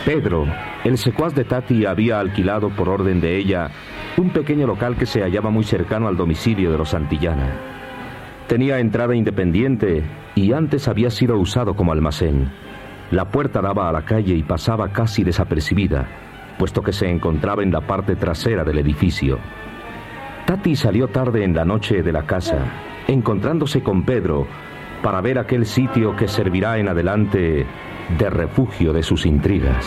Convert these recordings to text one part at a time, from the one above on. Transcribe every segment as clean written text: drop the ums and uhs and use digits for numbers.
Pedro, el secuaz de Tati, había alquilado por orden de ella un pequeño local que se hallaba muy cercano al domicilio de los Santillana. Tenía entrada independiente y antes había sido usado como almacén. La puerta daba a la calle y pasaba casi desapercibida, puesto que se encontraba en la parte trasera del edificio. Tati salió tarde en la noche de la casa, encontrándose con Pedro, para ver aquel sitio que servirá en adelante de refugio de sus intrigas.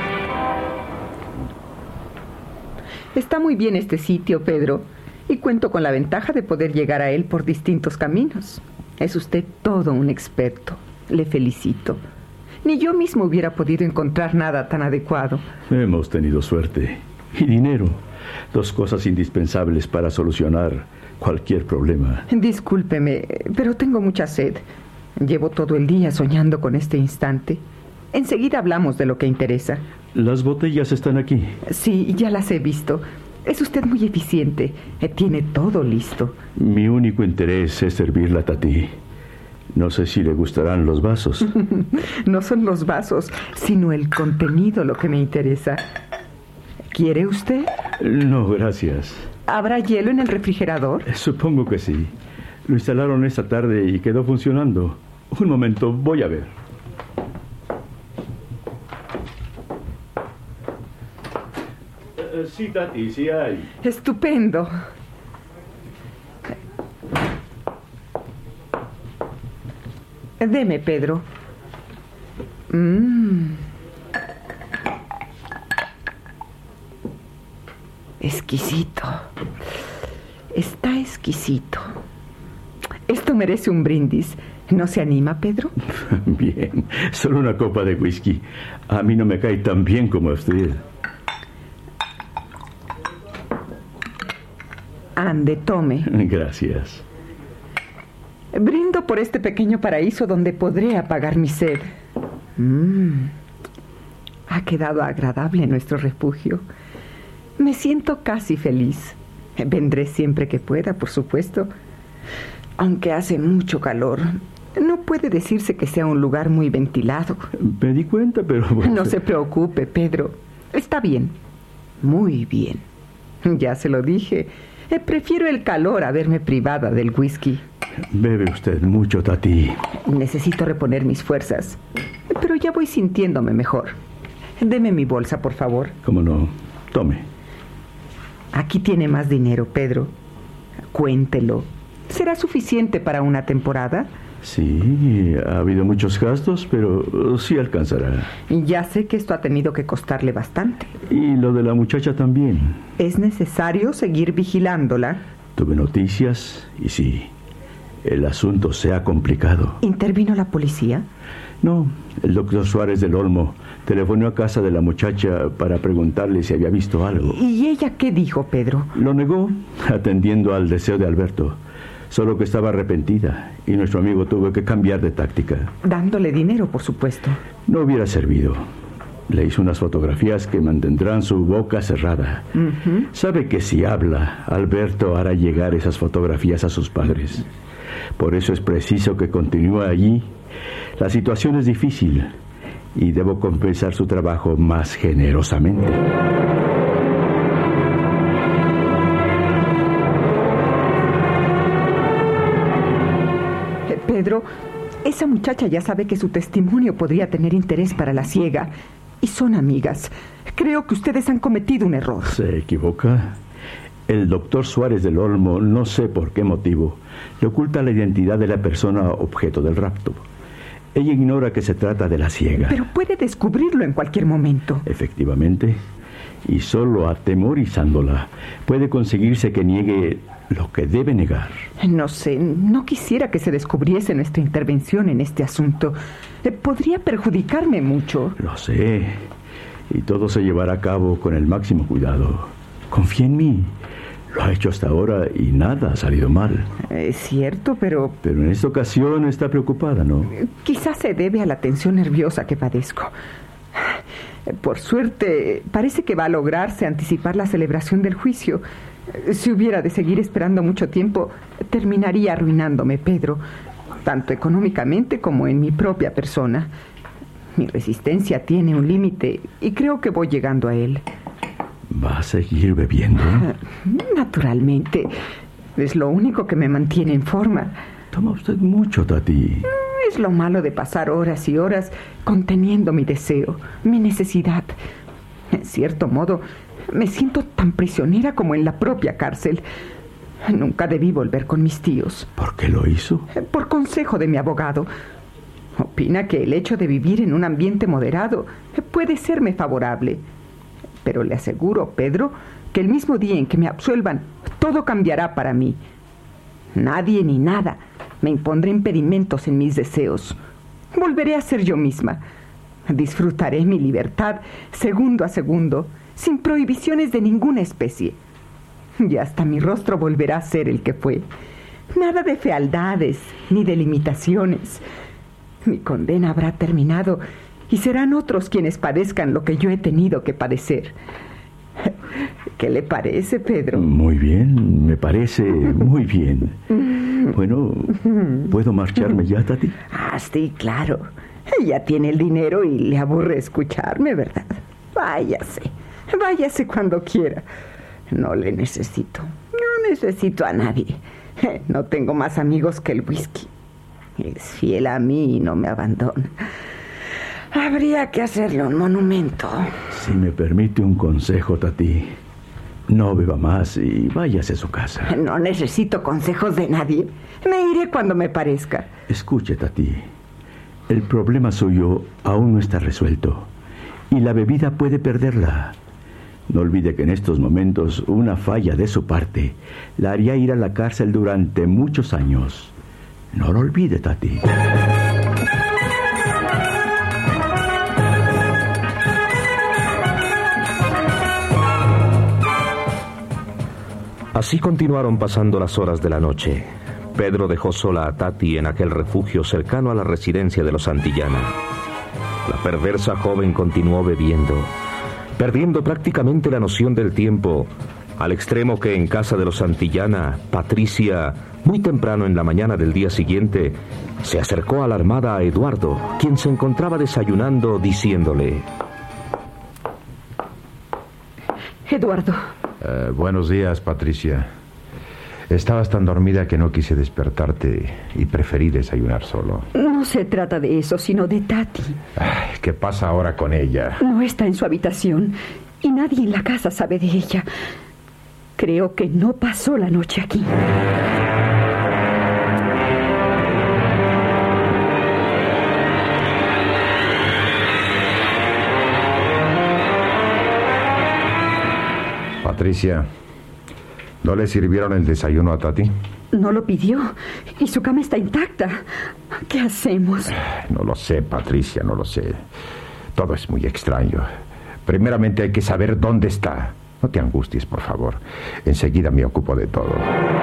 Está muy bien este sitio, Pedro, y cuento con la ventaja de poder llegar a él por distintos caminos. Es usted todo un experto. Le felicito. Ni yo mismo hubiera podido encontrar nada tan adecuado. Hemos tenido suerte. Y dinero. Dos cosas indispensables para solucionar cualquier problema. Discúlpeme, pero tengo mucha sed. Llevo todo el día soñando con este instante. Enseguida hablamos de lo que interesa. Las botellas están aquí. Sí, ya las he visto. Es usted muy eficiente. Tiene todo listo. Mi único interés es servirla a Tati. No sé si le gustarán los vasos. No son los vasos, sino el contenido lo que me interesa. ¿Quiere usted? No, gracias. ¿Habrá hielo en el refrigerador? Supongo que sí. Lo instalaron esta tarde y quedó funcionando. Un momento, voy a ver. Sí, Tati, sí hay. Estupendo. Deme, Pedro. Exquisito. Está exquisito. Esto merece un brindis. ¿No se anima, Pedro? Bien, solo una copa de whisky. A mí no me cae tan bien como a usted. Ande, tome. Gracias. Brindo por este pequeño paraíso donde podré apagar mi sed. Ha quedado agradable nuestro refugio. Me siento casi feliz. Vendré siempre que pueda, por supuesto. Aunque hace mucho calor. No puede decirse que sea un lugar muy ventilado. Me di cuenta, pero... No se preocupe, Pedro. Está bien. Muy bien. Ya se lo dije. Prefiero el calor a verme privada del whisky. Bebe usted mucho, Tati. Necesito reponer mis fuerzas. Pero ya voy sintiéndome mejor. Deme mi bolsa, por favor. ¿Cómo no? Tome. Aquí tiene más dinero, Pedro. Cuéntelo. ¿Será suficiente para una temporada? Sí, ha habido muchos gastos, pero sí alcanzará. Ya sé que esto ha tenido que costarle bastante. Y lo de la muchacha también. ¿Es necesario seguir vigilándola? Tuve noticias y sí, el asunto se ha complicado. ¿Intervino la policía? No, el doctor Suárez del Olmo telefonó a casa de la muchacha para preguntarle si había visto algo. ¿Y ella qué dijo, Pedro? Lo negó, atendiendo al deseo de Alberto. Solo que estaba arrepentida y nuestro amigo tuvo que cambiar de táctica. Dándole dinero, por supuesto. No hubiera servido. Le hizo unas fotografías que mantendrán su boca cerrada. Sabe que si habla, Alberto hará llegar esas fotografías a sus padres. Por eso es preciso que continúe allí. La situación es difícil y debo compensar su trabajo más generosamente. Pedro, esa muchacha ya sabe que su testimonio podría tener interés para la ciega. Y son amigas. Creo que ustedes han cometido un error. ¿Se equivoca? El doctor Suárez del Olmo, no sé por qué motivo, le oculta la identidad de la persona objeto del rapto. Ella ignora que se trata de la ciega. Pero puede descubrirlo en cualquier momento. Efectivamente. Y solo atemorizándola puede conseguirse que niegue lo que debe negar. No sé, no quisiera que se descubriese nuestra intervención en este asunto. Podría perjudicarme mucho. Lo sé. Y todo se llevará a cabo con el máximo cuidado. Confía en mí. Lo ha hecho hasta ahora y nada ha salido mal. Es cierto, pero... Pero en esta ocasión está preocupada, ¿no? Quizás se debe a la tensión nerviosa que padezco. Por suerte, parece que va a lograrse anticipar la celebración del juicio. Si hubiera de seguir esperando mucho tiempo, terminaría arruinándome, Pedro, tanto económicamente como en mi propia persona. Mi resistencia tiene un límite y creo que voy llegando a él. ¿Va a seguir bebiendo? Naturalmente. Es lo único que me mantiene en forma. Toma usted mucho, Tati. Es lo malo de pasar horas y horas conteniendo mi deseo, mi necesidad. En cierto modo, me siento tan prisionera como en la propia cárcel. Nunca debí volver con mis tíos. ¿Por qué lo hizo? Por consejo de mi abogado. Opina que el hecho de vivir en un ambiente moderado puede serme favorable. Pero le aseguro, Pedro, que el mismo día en que me absuelvan, todo cambiará para mí. Nadie ni nada me impondrá impedimentos en mis deseos. Volveré a ser yo misma. Disfrutaré mi libertad segundo a segundo, sin prohibiciones de ninguna especie. Y hasta mi rostro volverá a ser el que fue. Nada de fealdades ni de limitaciones. Mi condena habrá terminado y serán otros quienes padezcan lo que yo he tenido que padecer. ¿Qué le parece, Pedro? Muy bien, me parece muy bien. Bueno, ¿puedo marcharme ya, Tati? Sí, claro. Ya tiene el dinero y le aburre escucharme, ¿verdad? Váyase cuando quiera. No le necesito. No necesito a nadie. No tengo más amigos que el whisky. Es fiel a mí y no me abandona. Habría que hacerle un monumento. Si me permite un consejo, Tati, no beba más y váyase a su casa. No necesito consejos de nadie. Me iré cuando me parezca. Escuche, Tati, el problema suyo aún no está resuelto y la bebida puede perderla. No olvide que en estos momentos una falla de su parte la haría ir a la cárcel durante muchos años. No lo olvide, Tati. Así continuaron pasando las horas de la noche. Pedro dejó sola a Tati en aquel refugio cercano a la residencia de los Santillana. La perversa joven continuó bebiendo, perdiendo prácticamente la noción del tiempo, al extremo que en casa de los Santillana, Patricia, muy temprano en la mañana del día siguiente, se acercó alarmada a Eduardo, quien se encontraba desayunando, diciéndole: Eduardo. Buenos días, Patricia. Estabas tan dormida que no quise despertarte y preferí desayunar solo. No se trata de eso, sino de Tati. ¿Qué pasa ahora con ella? No está en su habitación y nadie en la casa sabe de ella. Creo que no pasó la noche aquí. Patricia, ¿no le sirvieron el desayuno a Tati? No lo pidió y su cama está intacta. ¿Qué hacemos? No lo sé, Patricia, no lo sé. Todo es muy extraño. Primeramente hay que saber dónde está. No te angusties, por favor. Enseguida me ocupo de todo.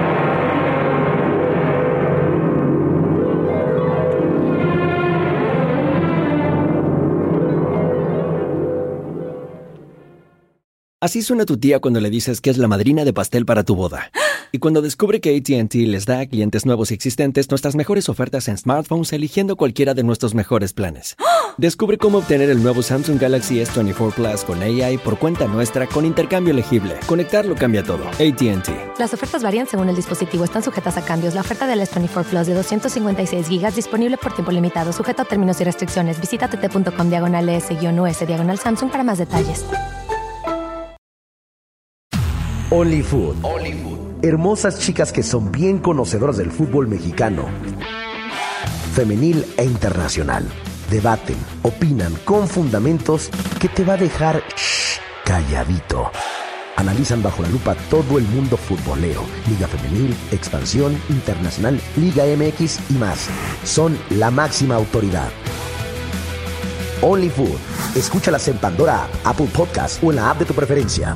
Así suena tu tía cuando le dices que es la madrina de pastel para tu boda. Y cuando descubre que AT&T les da a clientes nuevos y existentes nuestras mejores ofertas en smartphones eligiendo cualquiera de nuestros mejores planes. Descubre cómo obtener el nuevo Samsung Galaxy S24 Plus con AI por cuenta nuestra con intercambio elegible. Conectarlo cambia todo. AT&T. Las ofertas varían según el dispositivo. Están sujetas a cambios. La oferta del S24 Plus de 256 GB disponible por tiempo limitado. Sujeto a términos y restricciones. Visita tt.com/s-us/Samsung para más detalles. OnlyFood. Hermosas chicas que son bien conocedoras del fútbol mexicano, femenil e internacional. Debaten, opinan con fundamentos que te va a dejar calladito. Analizan bajo la lupa todo el mundo futbolero, Liga Femenil, Expansión, Internacional, Liga MX y más. Son la máxima autoridad. OnlyFood. Escúchalas en Pandora, Apple Podcast o en la app de tu preferencia.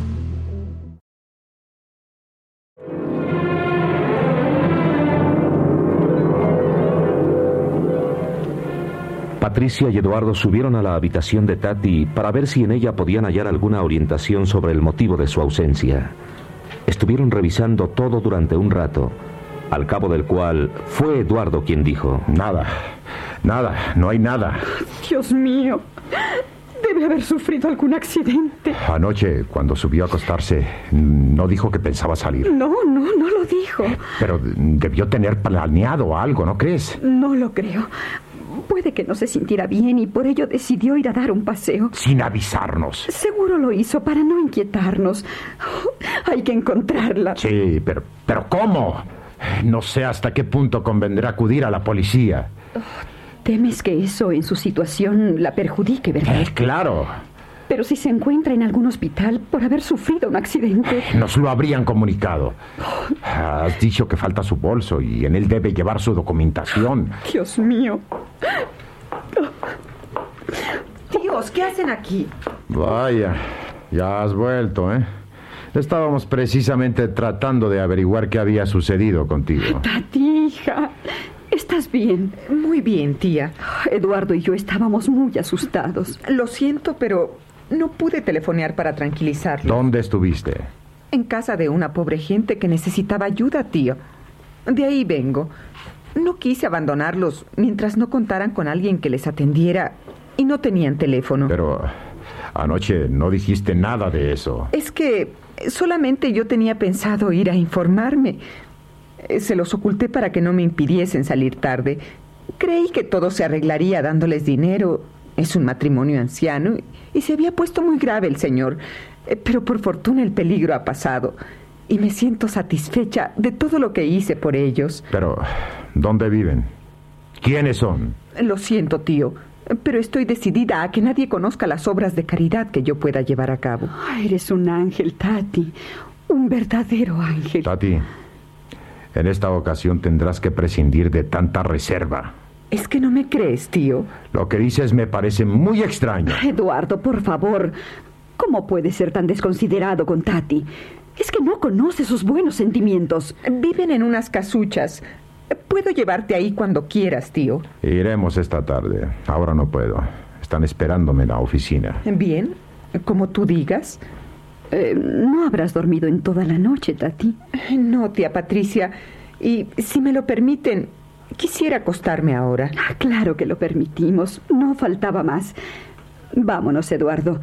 Patricia y Eduardo subieron a la habitación de Tati para ver si en ella podían hallar alguna orientación sobre el motivo de su ausencia. Estuvieron revisando todo durante un rato, al cabo del cual fue Eduardo quien dijo: Nada Nada, no hay nada. Dios mío. Debe haber sufrido algún accidente. Anoche, cuando subió a acostarse, no dijo que pensaba salir. No lo dijo. Pero debió tener planeado algo, ¿no crees? No lo creo. Puede que no se sintiera bien y por ello decidió ir a dar un paseo. Sin avisarnos. Seguro lo hizo para no inquietarnos. Hay que encontrarla. Sí, pero ¿cómo? No sé hasta qué punto convendrá acudir a la policía. Temes que eso en su situación la perjudique, ¿verdad? Claro. Pero si se encuentra en algún hospital por haber sufrido un accidente... Nos lo habrían comunicado. Has dicho que falta su bolso y en él debe llevar su documentación. Dios mío. Tíos, ¿qué hacen aquí? Vaya, ya has vuelto, ¿eh? Estábamos precisamente tratando de averiguar qué había sucedido contigo. Tati, hija, ¿estás bien? Muy bien, tía. Eduardo y yo estábamos muy asustados. Lo siento, pero no pude telefonear para tranquilizarlo. ¿Dónde estuviste? En casa de una pobre gente que necesitaba ayuda, tío. De ahí vengo. No quise abandonarlos mientras no contaran con alguien que les atendiera y no tenían teléfono. Pero anoche no dijiste nada de eso. Es que solamente yo tenía pensado ir a informarme. Se los oculté para que no me impidiesen salir tarde. Creí que todo se arreglaría dándoles dinero. Es un matrimonio anciano y se había puesto muy grave el señor. Pero por fortuna el peligro ha pasado y me siento satisfecha de todo lo que hice por ellos. Pero, ¿dónde viven? ¿Quiénes son? Lo siento, tío, pero estoy decidida a que nadie conozca las obras de caridad que yo pueda llevar a cabo. Eres un ángel, Tati. Un verdadero ángel. Tati, en esta ocasión tendrás que prescindir de tanta reserva. ¿Es que no me crees, tío? Lo que dices me parece muy extraño. Eduardo, por favor. ¿Cómo puedes ser tan desconsiderado con Tati? Es que no conoce sus buenos sentimientos. Viven en unas casuchas. Puedo llevarte ahí cuando quieras, tío. Iremos esta tarde. Ahora no puedo. Están esperándome en la oficina. Bien, como tú digas. ¿No habrás dormido en toda la noche, Tati? No, tía Patricia. Y si me lo permiten, quisiera acostarme ahora. Claro que lo permitimos. No faltaba más. Vámonos, Eduardo.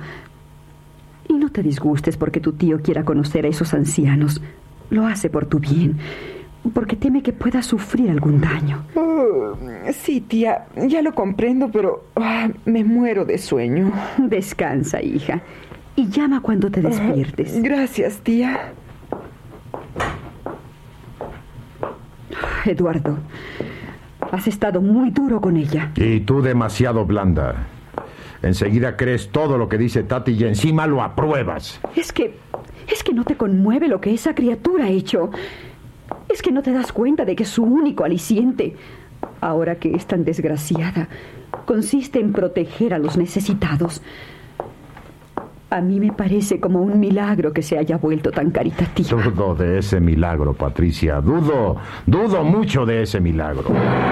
Y no te disgustes porque tu tío quiera conocer a esos ancianos. Lo hace por tu bien, porque teme que pueda sufrir algún daño. Sí, tía, ya lo comprendo, pero me muero de sueño. Descansa, hija, y llama cuando te despiertes. Gracias, tía. Eduardo, has estado muy duro con ella. Y tú demasiado blanda. Enseguida crees todo lo que dice Tati y encima lo apruebas. Es que no te conmueve lo que esa criatura ha hecho. Es que no te das cuenta de que su único aliciente, ahora que es tan desgraciada, consiste en proteger a los necesitados. A mí me parece como un milagro que se haya vuelto tan caritativa. Dudo de ese milagro, Patricia. Dudo mucho de ese milagro.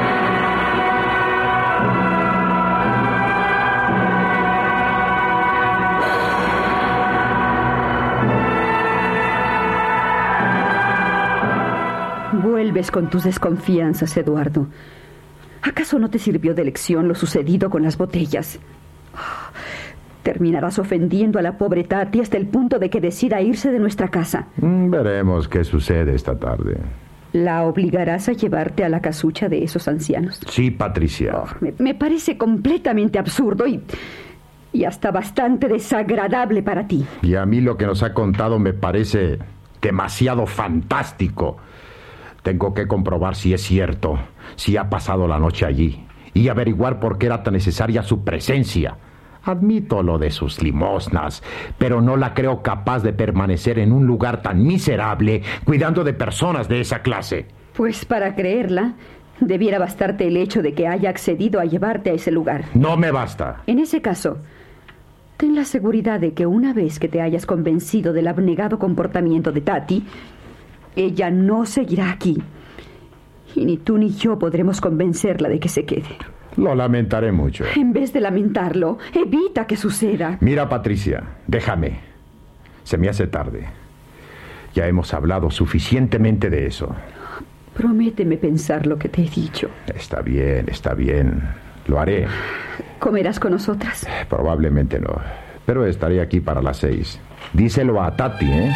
Vuelves con tus desconfianzas, Eduardo. ¿Acaso no te sirvió de lección lo sucedido con las botellas? Terminarás ofendiendo a la pobre Tati hasta el punto de que decida irse de nuestra casa. Veremos qué sucede esta tarde. ¿La obligarás a llevarte a la casucha de esos ancianos? Sí, Patricia. Me parece completamente absurdo y hasta bastante desagradable para ti. Y a mí lo que nos ha contado me parece demasiado fantástico. Tengo que comprobar si es cierto, si ha pasado la noche allí, y averiguar por qué era tan necesaria su presencia. Admito lo de sus limosnas, pero no la creo capaz de permanecer en un lugar tan miserable cuidando de personas de esa clase. Pues para creerla, debiera bastarte el hecho de que haya accedido a llevarte a ese lugar. No me basta. En ese caso, ten la seguridad de que una vez que te hayas convencido del abnegado comportamiento de Tati, ella no seguirá aquí. Y ni tú ni yo podremos convencerla de que se quede. Lo lamentaré mucho. En vez de lamentarlo, evita que suceda. Mira, Patricia, déjame. Se me hace tarde. Ya hemos hablado suficientemente de eso. Prométeme pensar lo que te he dicho. Está bien, está bien. Lo haré. ¿Comerás con nosotras? Probablemente no, pero estaré aquí para las 6. Díselo a Tati, ¿eh?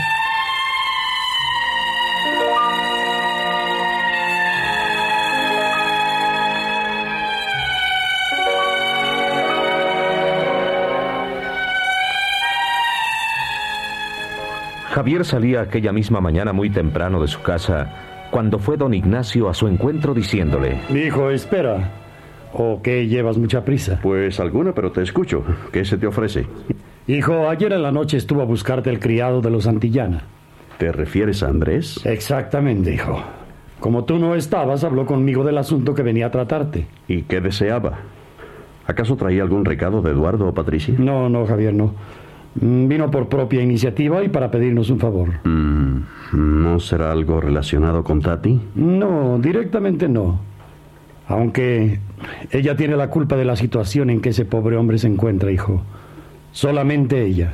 Javier salía aquella misma mañana muy temprano de su casa, cuando fue don Ignacio a su encuentro diciéndole: Hijo, espera. ¿O qué llevas mucha prisa? Pues alguna, pero te escucho. ¿Qué se te ofrece? Hijo, ayer en la noche estuvo a buscarte el criado de los Santillana. ¿Te refieres a Andrés? Exactamente, hijo. Como tú no estabas, habló conmigo del asunto que venía a tratarte. ¿Y qué deseaba? ¿Acaso traía algún recado de Eduardo o Patricia? No, Javier, no. Vino por propia iniciativa y para pedirnos un favor. ¿No será algo relacionado con Tati? No, directamente no. Aunque ella tiene la culpa de la situación en que ese pobre hombre se encuentra, hijo. Solamente ella.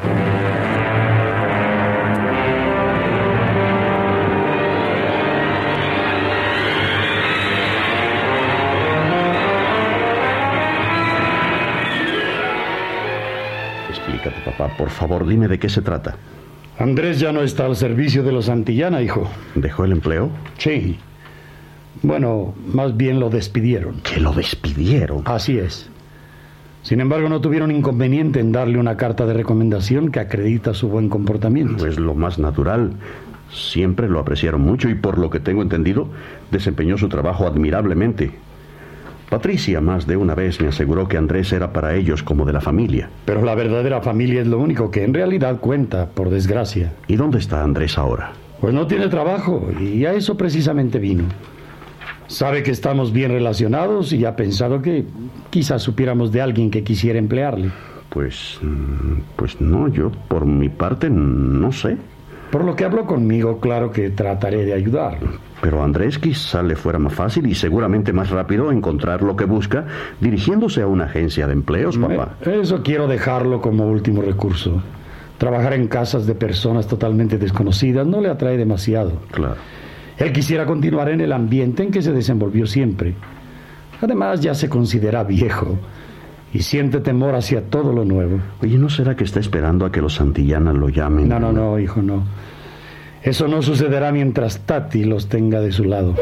Explícate, papá. Por favor, dime de qué se trata. Andrés ya no está al servicio de los Santillana, hijo. ¿Dejó el empleo? Sí. Bueno, más bien lo despidieron. ¿Que lo despidieron? Así es. Sin embargo, no tuvieron inconveniente en darle una carta de recomendación que acredita su buen comportamiento. Pues lo más natural. Siempre lo apreciaron mucho y, por lo que tengo entendido, desempeñó su trabajo admirablemente. Patricia más de una vez me aseguró que Andrés era para ellos como de la familia. Pero la verdadera familia es lo único que en realidad cuenta, por desgracia. ¿Y dónde está Andrés ahora? Pues no tiene trabajo y a eso precisamente vino. Sabe que estamos bien relacionados y ha pensado que quizás supiéramos de alguien que quisiera emplearle. Pues no, yo por mi parte no sé. Por lo que habló conmigo, claro que trataré de ayudar. Pero a Andrés quizá le fuera más fácil y seguramente más rápido encontrar lo que busca dirigiéndose a una agencia de empleos, papá. Eso quiero dejarlo como último recurso. Trabajar en casas de personas totalmente desconocidas no le atrae demasiado. Claro. Él quisiera continuar en el ambiente en que se desenvolvió siempre. Además, ya se considera viejo y siente temor hacia todo lo nuevo. Oye, ¿no será que está esperando a que los Santillana lo llamen? No, hijo, no. Eso no sucederá mientras Tati los tenga de su lado.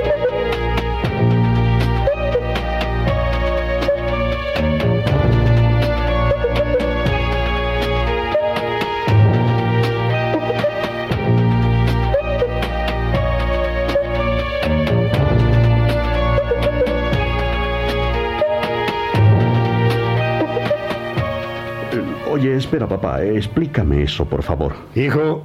Oye, espera, papá, explícame eso, por favor. Hijo,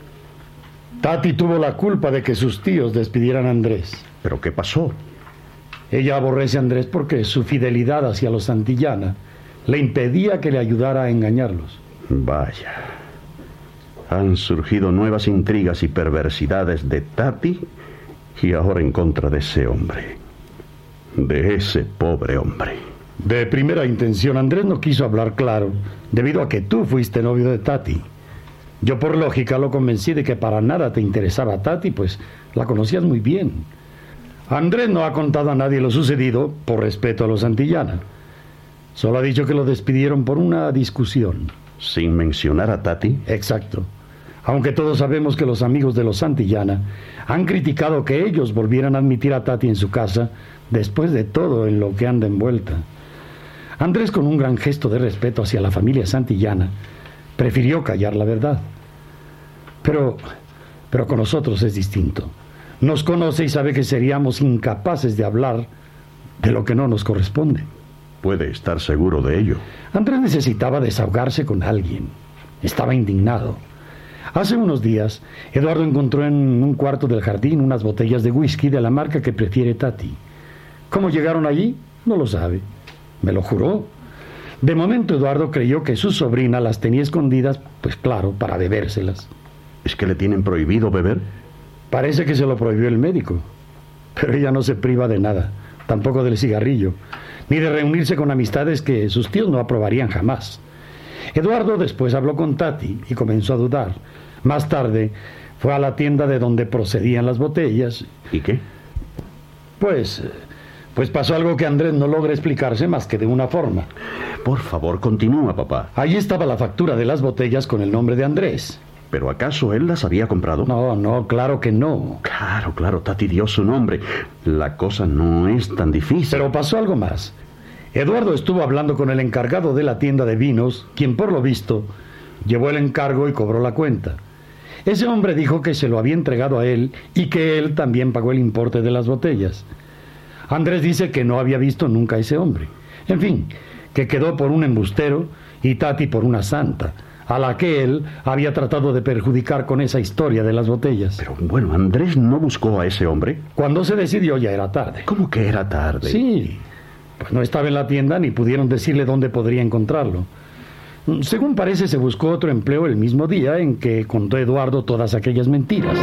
Tati tuvo la culpa de que sus tíos despidieran a Andrés. ¿Pero qué pasó? Ella aborrece a Andrés porque su fidelidad hacia los Santillana le impedía que le ayudara a engañarlos. Vaya. Han surgido nuevas intrigas y perversidades de Tati y ahora en contra de ese hombre. De ese pobre hombre. De primera intención, Andrés no quiso hablar claro, debido a que tú fuiste novio de Tati. Yo por lógica lo convencí de que para nada te interesaba Tati, pues la conocías muy bien. Andrés no ha contado a nadie lo sucedido por respeto a los Santillana. Solo ha dicho que lo despidieron por una discusión. ¿Sin mencionar a Tati? Exacto. Aunque todos sabemos que los amigos de los Santillana han criticado que ellos volvieran a admitir a Tati en su casa después de todo en lo que anda envuelta. Andrés, con un gran gesto de respeto hacia la familia Santillana, prefirió callar la verdad. Pero con nosotros es distinto. Nos conoce y sabe que seríamos incapaces de hablar de lo que no nos corresponde. Puede estar seguro de ello. Andrés necesitaba desahogarse con alguien. Estaba indignado. Hace unos días, Eduardo encontró en un cuarto del jardín unas botellas de whisky de la marca que prefiere Tati. ¿Cómo llegaron allí? No lo sabe. Me lo juró. De momento Eduardo creyó que su sobrina las tenía escondidas, pues claro, para bebérselas. ¿Es que le tienen prohibido beber? Parece que se lo prohibió el médico. Pero ella no se priva de nada, tampoco del cigarrillo, ni de reunirse con amistades que sus tíos no aprobarían jamás. Eduardo después habló con Tati y comenzó a dudar. Más tarde fue a la tienda de donde procedían las botellas. ¿Y qué? Pues Pues pasó algo que Andrés no logra explicarse más que de una forma. Por favor, continúa, papá. Allí estaba la factura de las botellas con el nombre de Andrés. ¿Pero acaso él las había comprado? No, claro que no. Claro, Tati dio su nombre. La cosa no es tan difícil. Pero pasó algo más. Eduardo estuvo hablando con el encargado de la tienda de vinos, quien por lo visto llevó el encargo y cobró la cuenta. Ese hombre dijo que se lo había entregado a él y que él también pagó el importe de las botellas. Andrés dice que no había visto nunca a ese hombre. En fin, que quedó por un embustero y Tati por una santa, a la que él había tratado de perjudicar con esa historia de las botellas. Pero bueno, ¿Andrés no buscó a ese hombre? Cuando se decidió ya era tarde. ¿Cómo que era tarde? Sí, pues no estaba en la tienda ni pudieron decirle dónde podría encontrarlo. Según parece, se buscó otro empleo el mismo día en que contó Eduardo todas aquellas mentiras.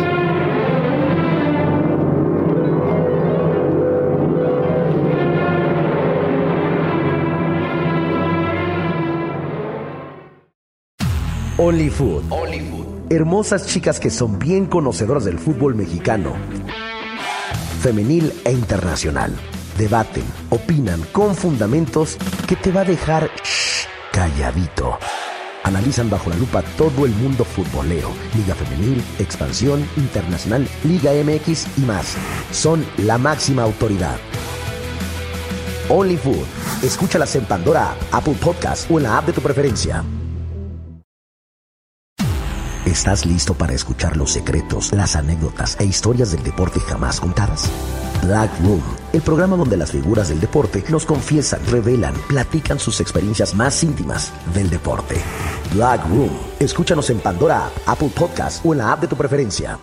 Only Food. Hermosas chicas que son bien conocedoras del fútbol mexicano, femenil e internacional. Debaten, opinan con fundamentos que te va a dejar calladito. Analizan bajo la lupa todo el mundo futbolero, Liga Femenil, Expansión, Internacional, Liga MX y más. Son la máxima autoridad. Only Food. Escúchalas en Pandora, Apple Podcast o en la app de tu preferencia. ¿Estás listo para escuchar los secretos, las anécdotas e historias del deporte jamás contadas? Black Room, el programa donde las figuras del deporte nos confiesan, revelan, platican sus experiencias más íntimas del deporte. Black Room. Escúchanos en Pandora, Apple Podcast o en la app de tu preferencia.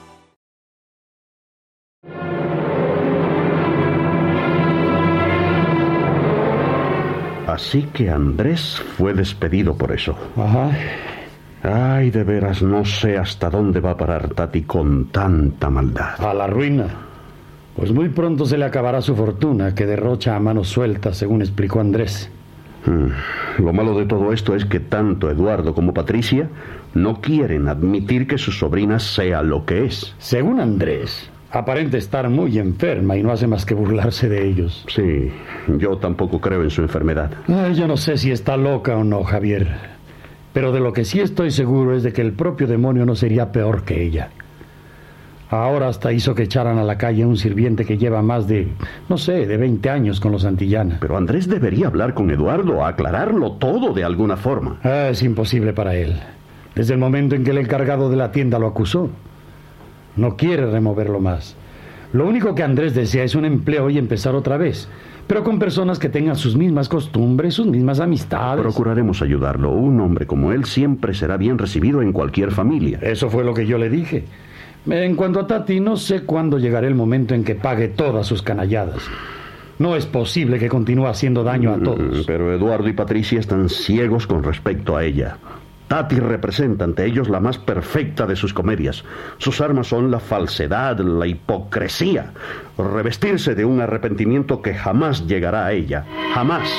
Así que Andrés fue despedido por eso. Ajá. Ay, de veras, no sé hasta dónde va a parar Tati con tanta maldad. A la ruina. Pues muy pronto se le acabará su fortuna, que derrocha a manos sueltas, según explicó Andrés. Lo malo de todo esto es que tanto Eduardo como Patricia no quieren admitir que su sobrina sea lo que es. Según Andrés, aparenta estar muy enferma y no hace más que burlarse de ellos. Sí, yo tampoco creo en su enfermedad. Yo no sé si está loca o no, Javier. Pero de lo que sí estoy seguro es de que el propio demonio no sería peor que ella. Ahora hasta hizo que echaran a la calle a un sirviente que lleva más de 20 años con los Santillana. Pero Andrés debería hablar con Eduardo, aclararlo todo de alguna forma. Es imposible para él. Desde el momento en que el encargado de la tienda lo acusó. No quiere removerlo más. Lo único que Andrés desea es un empleo y empezar otra vez. Pero con personas que tengan sus mismas costumbres, sus mismas amistades. Procuraremos ayudarlo. Un hombre como él siempre será bien recibido en cualquier familia. Eso fue lo que yo le dije. En cuanto a Tati, no sé cuándo llegará el momento en que pague todas sus canalladas. No es posible que continúe haciendo daño a todos. Pero Eduardo y Patricia están ciegos con respecto a ella. Tati representa ante ellos la más perfecta de sus comedias. Sus armas son la falsedad, la hipocresía. Revestirse de un arrepentimiento que jamás llegará a ella. Jamás.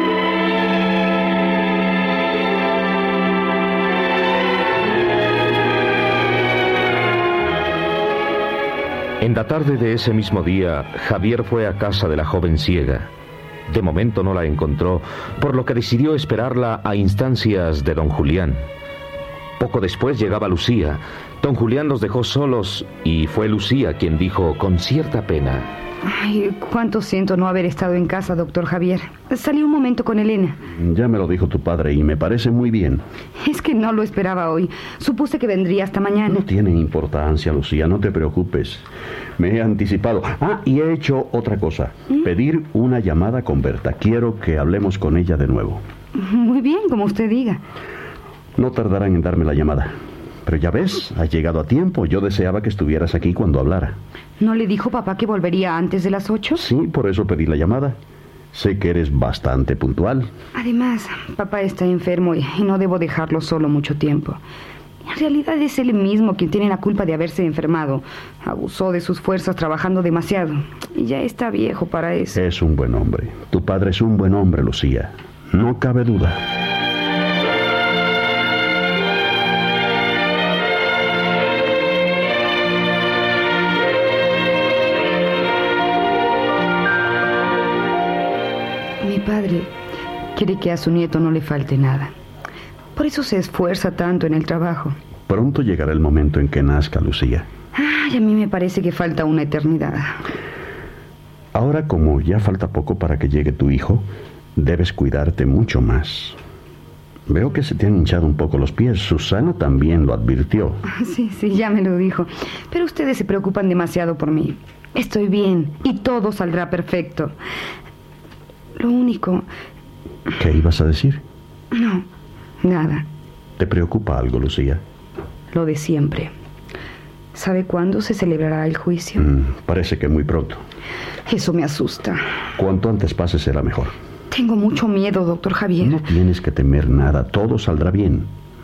En la tarde de ese mismo día, Javier fue a casa de la joven ciega. De momento no la encontró, por lo que decidió esperarla a instancias de don Julián. Poco después llegaba Lucía. Don Julián los dejó solos y fue Lucía quien dijo con cierta pena: Ay, cuánto siento no haber estado en casa, doctor Javier. Salí un momento con Elena. Ya me lo dijo tu padre y me parece muy bien. Es que no lo esperaba hoy. Supuse que vendría hasta mañana. No tiene importancia, Lucía, no te preocupes. Me he anticipado. Y he hecho otra cosa. Pedir una llamada con Berta. Quiero que hablemos con ella de nuevo. Muy bien, como usted diga. No tardarán en darme la llamada. Pero ya ves, has llegado a tiempo. Yo deseaba que estuvieras aquí cuando hablara. ¿No le dijo papá que volvería antes de las 8? Sí, por eso pedí la llamada. Sé que eres bastante puntual. Además, papá está enfermo y no debo dejarlo solo mucho tiempo. En realidad es él mismo quien tiene la culpa de haberse enfermado. Abusó de sus fuerzas trabajando demasiado. Y ya está viejo para eso. Es un buen hombre. Tu padre es un buen hombre, Lucía. No cabe duda. padre quiere que a su nieto no le falte nada. Por eso se esfuerza tanto en el trabajo. Pronto llegará el momento en que nazca, Lucía. Ay, a mí me parece que falta una eternidad. Ahora, como ya falta poco para que llegue tu hijo, debes cuidarte mucho más. Veo que se te han hinchado un poco los pies. Susana también lo advirtió. Sí, ya me lo dijo. Pero ustedes se preocupan demasiado por mí. Estoy bien y todo saldrá perfecto. Lo único... ¿Qué ibas a decir? No, nada. ¿Te preocupa algo, Lucía? Lo de siempre. ¿Sabe cuándo se celebrará el juicio? Parece que muy pronto. Eso me asusta. Cuanto antes pase será mejor. Tengo mucho miedo, doctor Javier. No tienes que temer nada, todo saldrá bien.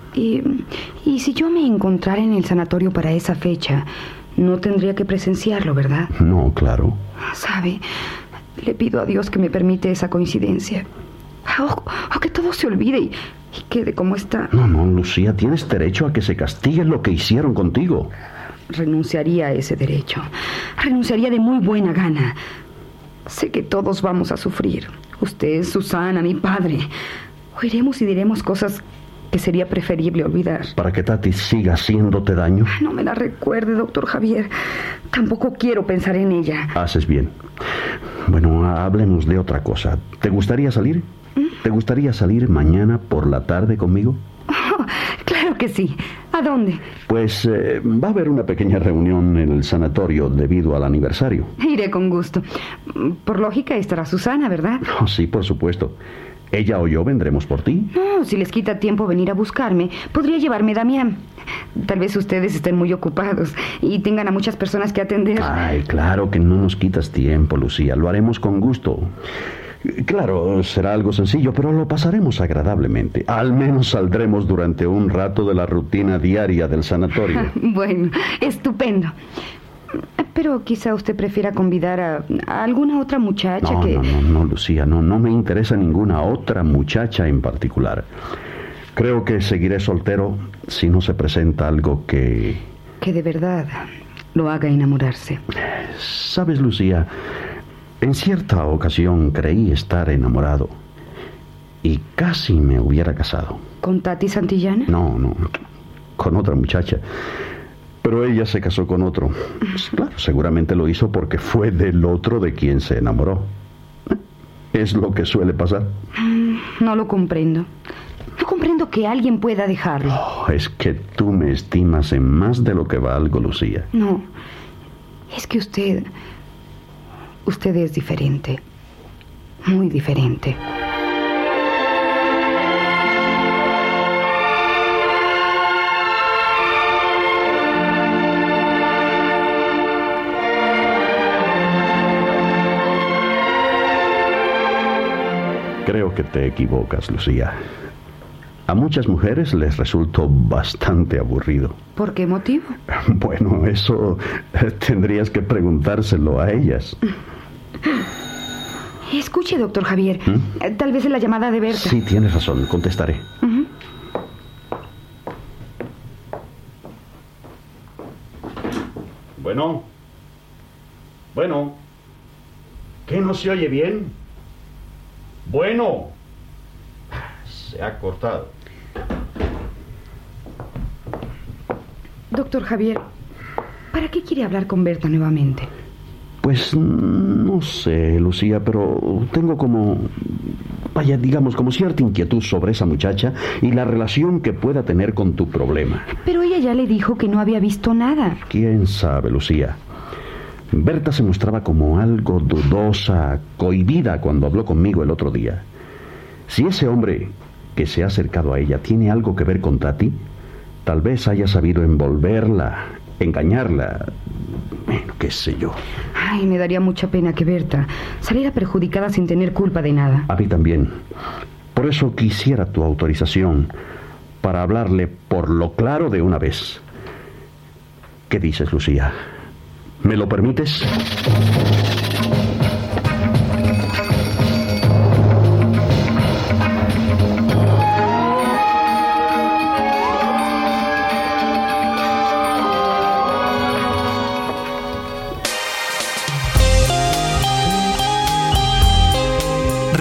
Y si yo me encontrara en el sanatorio para esa fecha, no tendría que presenciarlo, ¿verdad? No, claro. ¿Sabe? Le pido a Dios que me permite esa coincidencia. O que todo se olvide y quede como está. No, Lucía, tienes derecho a que se castigue lo que hicieron contigo. Renunciaría a ese derecho. Renunciaría de muy buena gana. Sé que todos vamos a sufrir. Usted, Susana, mi padre. Oiremos y diremos cosas que sería preferible olvidar. ¿Para que Tati siga haciéndote daño? No me la recuerde, doctor Javier. Tampoco quiero pensar en ella. Haces bien. Bueno, hablemos de otra cosa. ¿Te gustaría salir? ¿Te gustaría salir mañana por la tarde conmigo? Oh, claro que sí. ¿A dónde? Pues va a haber una pequeña reunión en el sanatorio debido al aniversario. Iré con gusto. Por lógica estará Susana, ¿verdad? Oh, sí, por supuesto. ¿Ella o yo vendremos por ti? No, si les quita tiempo venir a buscarme, podría llevarme Damián. Tal vez ustedes estén muy ocupados y tengan a muchas personas que atender. Ay, claro que no nos quitas tiempo, Lucía. Lo haremos con gusto. Claro, será algo sencillo, pero lo pasaremos agradablemente. Al menos saldremos durante un rato de la rutina diaria del sanatorio. Bueno, estupendo. Pero quizá usted prefiera convidar a alguna otra muchacha No, Lucía, no me interesa ninguna otra muchacha en particular. Creo que seguiré soltero si no se presenta algo que de verdad lo haga enamorarse. ¿Sabes, Lucía? En cierta ocasión creí estar enamorado y casi me hubiera casado. ¿Con Tati Santillana? No, con otra muchacha. Pero ella se casó con otro. Pues, claro, seguramente lo hizo porque fue del otro de quien se enamoró. Es lo que suele pasar. No lo comprendo. No comprendo que alguien pueda dejarlo. Oh, es que tú me estimas en más de lo que valgo, Lucía. No, es que usted es diferente. Muy diferente. Creo que te equivocas, Lucía. A muchas mujeres les resultó bastante aburrido. ¿Por qué motivo? Bueno, eso tendrías que preguntárselo a ellas. Escuche, doctor Javier. Tal vez es la llamada de Berta. Sí, tienes razón. Contestaré. Bueno. ¿Qué no se oye bien? Bueno. Se ha cortado. Doctor Javier, ¿para qué quiere hablar con Berta nuevamente? Pues no sé, Lucía, pero tengo como cierta inquietud sobre esa muchacha y la relación que pueda tener con tu problema. Pero ella ya le dijo que no había visto nada. ¿Quién sabe, Lucía? Berta se mostraba como algo dudosa, cohibida cuando habló conmigo el otro día. Si ese hombre que se ha acercado a ella tiene algo que ver con Tati, tal vez haya sabido envolverla, engañarla, bueno, qué sé yo. Ay, me daría mucha pena que Berta saliera perjudicada sin tener culpa de nada. A mí también. Por eso quisiera tu autorización para hablarle por lo claro de una vez. ¿Qué dices, Lucía? ¿Me lo permites?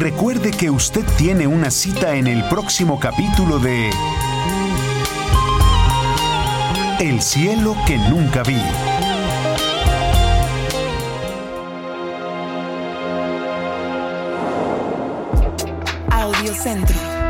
recuerde que usted tiene una cita en el próximo capítulo de El cielo que nunca vi. Audiocentro.